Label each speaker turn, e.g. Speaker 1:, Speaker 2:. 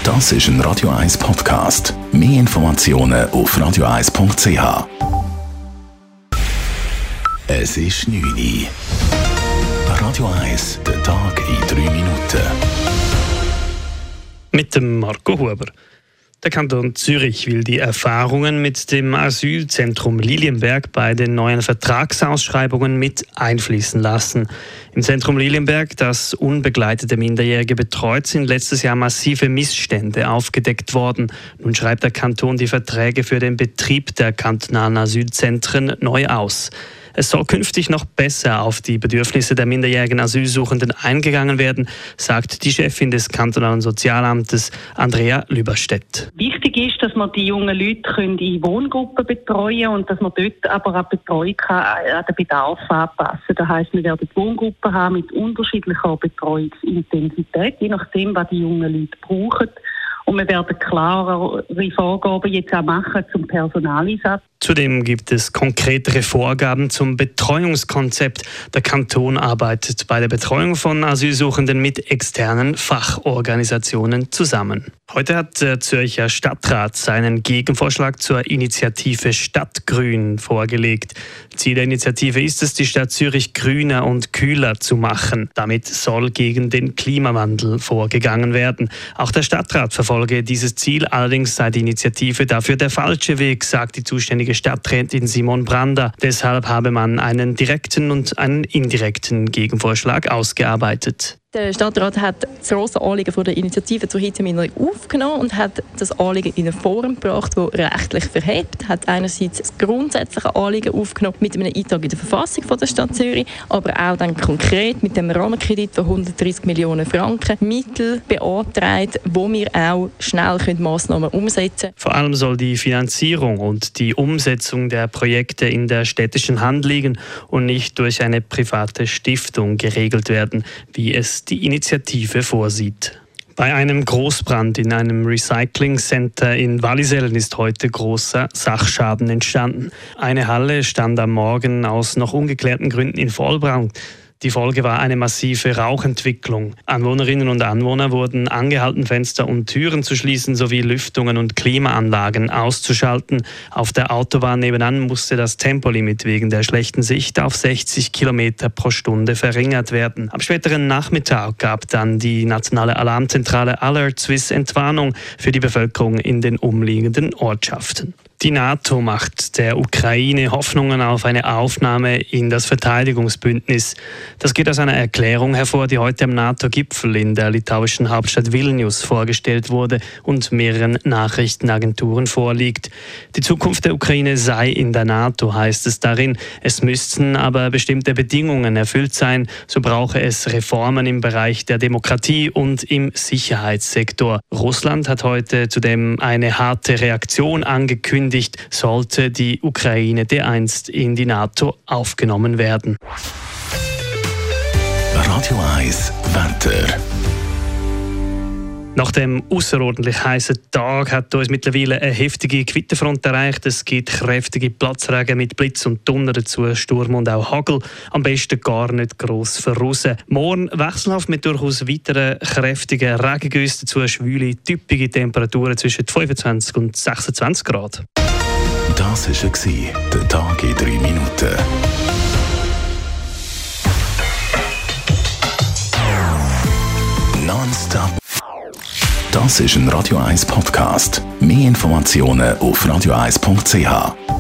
Speaker 1: Das ist ein Radio 1 Podcast. Mehr Informationen auf radio1.ch. Es ist 9 Uhr. Radio 1, der Tag in 3 Minuten.
Speaker 2: Mit dem Marco Huber. Der Kanton Zürich will die Erfahrungen mit dem Asylzentrum Lilienberg bei den neuen Vertragsausschreibungen mit einfließen lassen. Im Zentrum Lilienberg, das unbegleitete Minderjährige betreut, sind letztes Jahr massive Missstände aufgedeckt worden. Nun schreibt der Kanton die Verträge für den Betrieb der kantonalen Asylzentren neu aus. Es soll künftig noch besser auf die Bedürfnisse der minderjährigen Asylsuchenden eingegangen werden, sagt die Chefin des kantonalen Sozialamtes, Andrea Lüberstedt.
Speaker 3: Wichtig ist, dass man die jungen Leute in Wohngruppen betreuen können und dass man dort aber auch die Betreuung an den Bedarf anpassen kann. Das heisst, wir werden Wohngruppen haben mit unterschiedlicher Betreuungsintensität, je nachdem, was die jungen Leute brauchen. Und wir werden klarere Vorgaben jetzt auch machen zum Personaleinsatz.
Speaker 2: Zudem gibt es konkretere Vorgaben zum Betreuungskonzept. Der Kanton arbeitet bei der Betreuung von Asylsuchenden mit externen Fachorganisationen zusammen. Heute hat der Zürcher Stadtrat seinen Gegenvorschlag zur Initiative Stadtgrün vorgelegt. Ziel der Initiative ist es, die Stadt Zürich grüner und kühler zu machen. Damit soll gegen den Klimawandel vorgegangen werden. Auch der Stadtrat verfolge dieses Ziel, allerdings sei die Initiative dafür der falsche Weg, sagt die zuständige Stadträtin Simon Brander. Deshalb habe man einen direkten und einen indirekten Gegenvorschlag ausgearbeitet.
Speaker 4: Der Stadtrat hat das grosse Anliegen von der Initiative zur Hitzeminderung aufgenommen und hat das Anliegen in eine Form gebracht, die rechtlich verhebt. Hat einerseits das grundsätzliche Anliegen aufgenommen mit einem Eintrag in der Verfassung von der Stadt Zürich, aber auch dann konkret mit dem Rahmenkredit von 130 Millionen Franken Mittel beantragt, wo wir auch schnell Massnahmen umsetzen können.
Speaker 2: Vor allem soll die Finanzierung und die Umsetzung der Projekte in der städtischen Hand liegen und nicht durch eine private Stiftung geregelt werden, wie es die Initiative vorsieht. Bei einem Großbrand in einem Recycling-Center in Wallisellen ist heute großer Sachschaden entstanden. Eine Halle stand am Morgen aus noch ungeklärten Gründen in Vollbrand. Die Folge war eine massive Rauchentwicklung. Anwohnerinnen und Anwohner wurden angehalten, Fenster und Türen zu schließen sowie Lüftungen und Klimaanlagen auszuschalten. Auf der Autobahn nebenan musste das Tempolimit wegen der schlechten Sicht auf 60 Kilometer pro Stunde verringert werden. Am späteren Nachmittag gab dann die nationale Alarmzentrale Alert Swiss Entwarnung für die Bevölkerung in den umliegenden Ortschaften. Die NATO macht der Ukraine Hoffnungen auf eine Aufnahme in das Verteidigungsbündnis. Das geht aus einer Erklärung hervor, die heute am NATO-Gipfel in der litauischen Hauptstadt Vilnius vorgestellt wurde und mehreren Nachrichtenagenturen vorliegt. Die Zukunft der Ukraine sei in der NATO, heißt es darin. Es müssten aber bestimmte Bedingungen erfüllt sein. So brauche es Reformen im Bereich der Demokratie und im Sicherheitssektor. Russland hat heute zudem eine harte Reaktion angekündigt, sollte die Ukraine dereinst in die NATO aufgenommen werden.
Speaker 1: Radio 1 Wetter.
Speaker 2: Nach dem außerordentlich heißen Tag hat uns mittlerweile eine heftige Gewitterfront erreicht. Es gibt kräftige Platzregen mit Blitz und Donner, dazu Sturm und auch Hagel. Am besten gar nicht gross verrussen. Morgen wechselhaft mit durchaus weiteren kräftigen Regengüssen, dazu schwüle, typische Temperaturen zwischen 25 und 26 Grad.
Speaker 1: Das war der Tag in 3 Minuten. Nonstop. Das ist ein Radio 1 Podcast. Mehr Informationen auf radio1.ch.